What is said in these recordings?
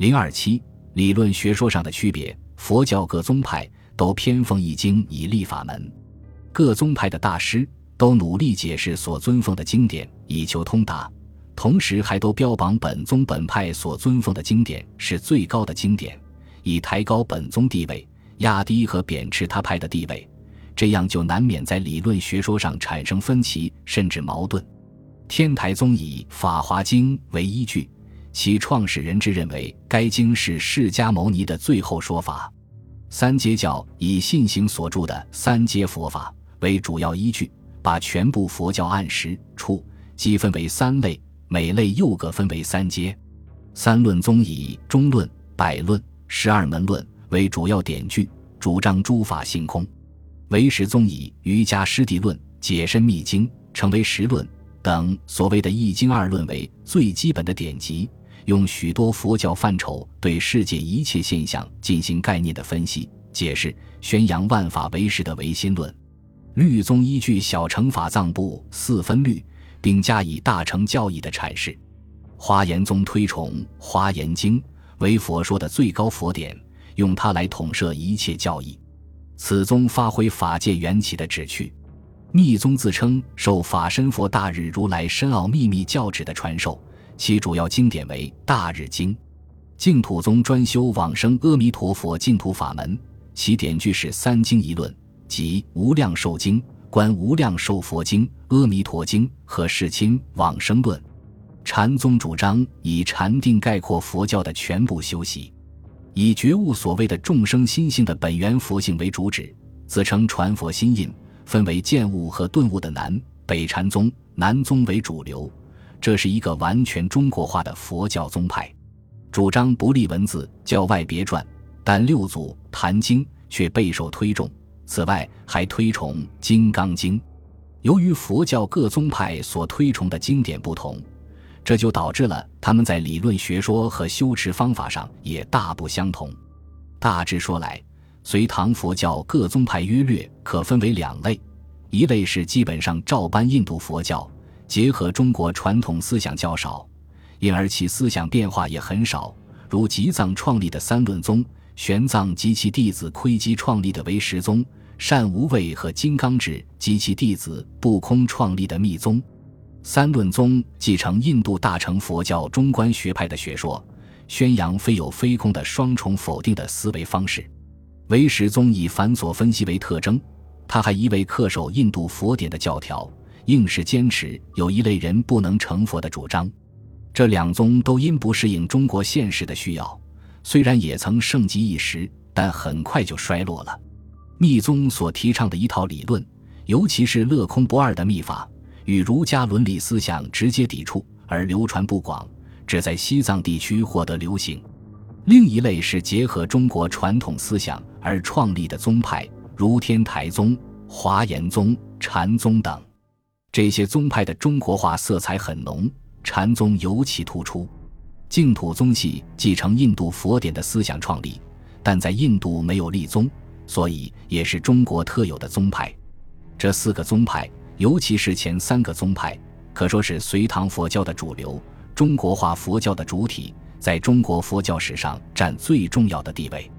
027理论学说上的区别，佛教各宗派都偏奉易经以立法门，各宗派的大师都努力解释所尊奉的经典，以求通达，同时还都标榜本宗本派所尊奉的经典是最高的经典，以抬高本宗地位，压低和贬斥他派的地位，这样就难免在理论学说上产生分歧甚至矛盾。天台宗以《法华经》为依据，其创始人之认为该经是释迦牟尼的最后说法。三阶教以信行所著的三阶佛法为主要依据，把全部佛教按时处即分为三类，每类又各分为三阶。三论宗以中论、百论、12门论为主要典据，主张诸法性空。唯识宗以瑜伽师地论、解深密经成为实论等所谓的易经二论为最基本的典籍，用许多佛教范畴对世界一切现象进行概念的分析解释，宣扬万法唯识的唯心论。律宗依据小乘法藏部四分律，并加以大乘教义的阐释。华严宗推崇《华严经》为佛说的最高佛典，用它来统摄一切教义。此宗发挥法界缘起的旨趣。密宗自称受法身佛大日如来深奥秘密教旨的传授，其主要经典为《大日经》。净土宗专修往生阿弥陀佛净土法门，其典据是三经一论，即《无量寿经》、《观无量寿佛经》、《阿弥陀经》和《世亲往生论》。禅宗主张以禅定概括佛教的全部修习，以觉悟所谓的众生心性的本源佛性为主旨，自称传佛心印，分为见悟和顿悟的南北禅宗、南宗为主流。这是一个完全中国化的佛教宗派，主张不立文字，教外别传，但六祖坛经却备受推重。此外还推崇《金刚经》。由于佛教各宗派所推崇的经典不同，这就导致了他们在理论学说和修持方法上也大不相同。大致说来，隋唐佛教各宗派约略可分为两类，一类是基本上照搬印度佛教，结合中国传统思想较少，因而其思想变化也很少，如吉藏创立的三论宗，玄奘及其弟子窥基创立的唯识宗，善无畏和金刚智及其弟子不空创立的密宗。三论宗继承印度大乘佛教中观学派的学说，宣扬非有非空的双重否定的思维方式。唯识宗以繁琐分析为特征，他还一味恪守印度佛典的教条，硬是坚持有一类人不能成佛的主张。这两宗都因不适应中国现实的需要，虽然也曾盛极一时，但很快就衰落了。密宗所提倡的一套理论，尤其是乐空不二的密法，与儒家伦理思想直接抵触，而流传不广，只在西藏地区获得流行。另一类是结合中国传统思想而创立的宗派，如天台宗、华严宗、禅宗等。这些宗派的中国化色彩很浓，禅宗尤其突出。净土宗系继承印度佛典的思想创立，但在印度没有立宗，所以也是中国特有的宗派。这四个宗派，尤其是前三个宗派，可说是隋唐佛教的主流，中国化佛教的主体，在中国佛教史上占最重要的地位。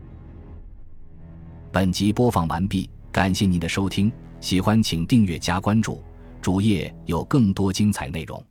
本集播放完毕，感谢您的收听，喜欢请订阅加关注，主页有更多精彩内容。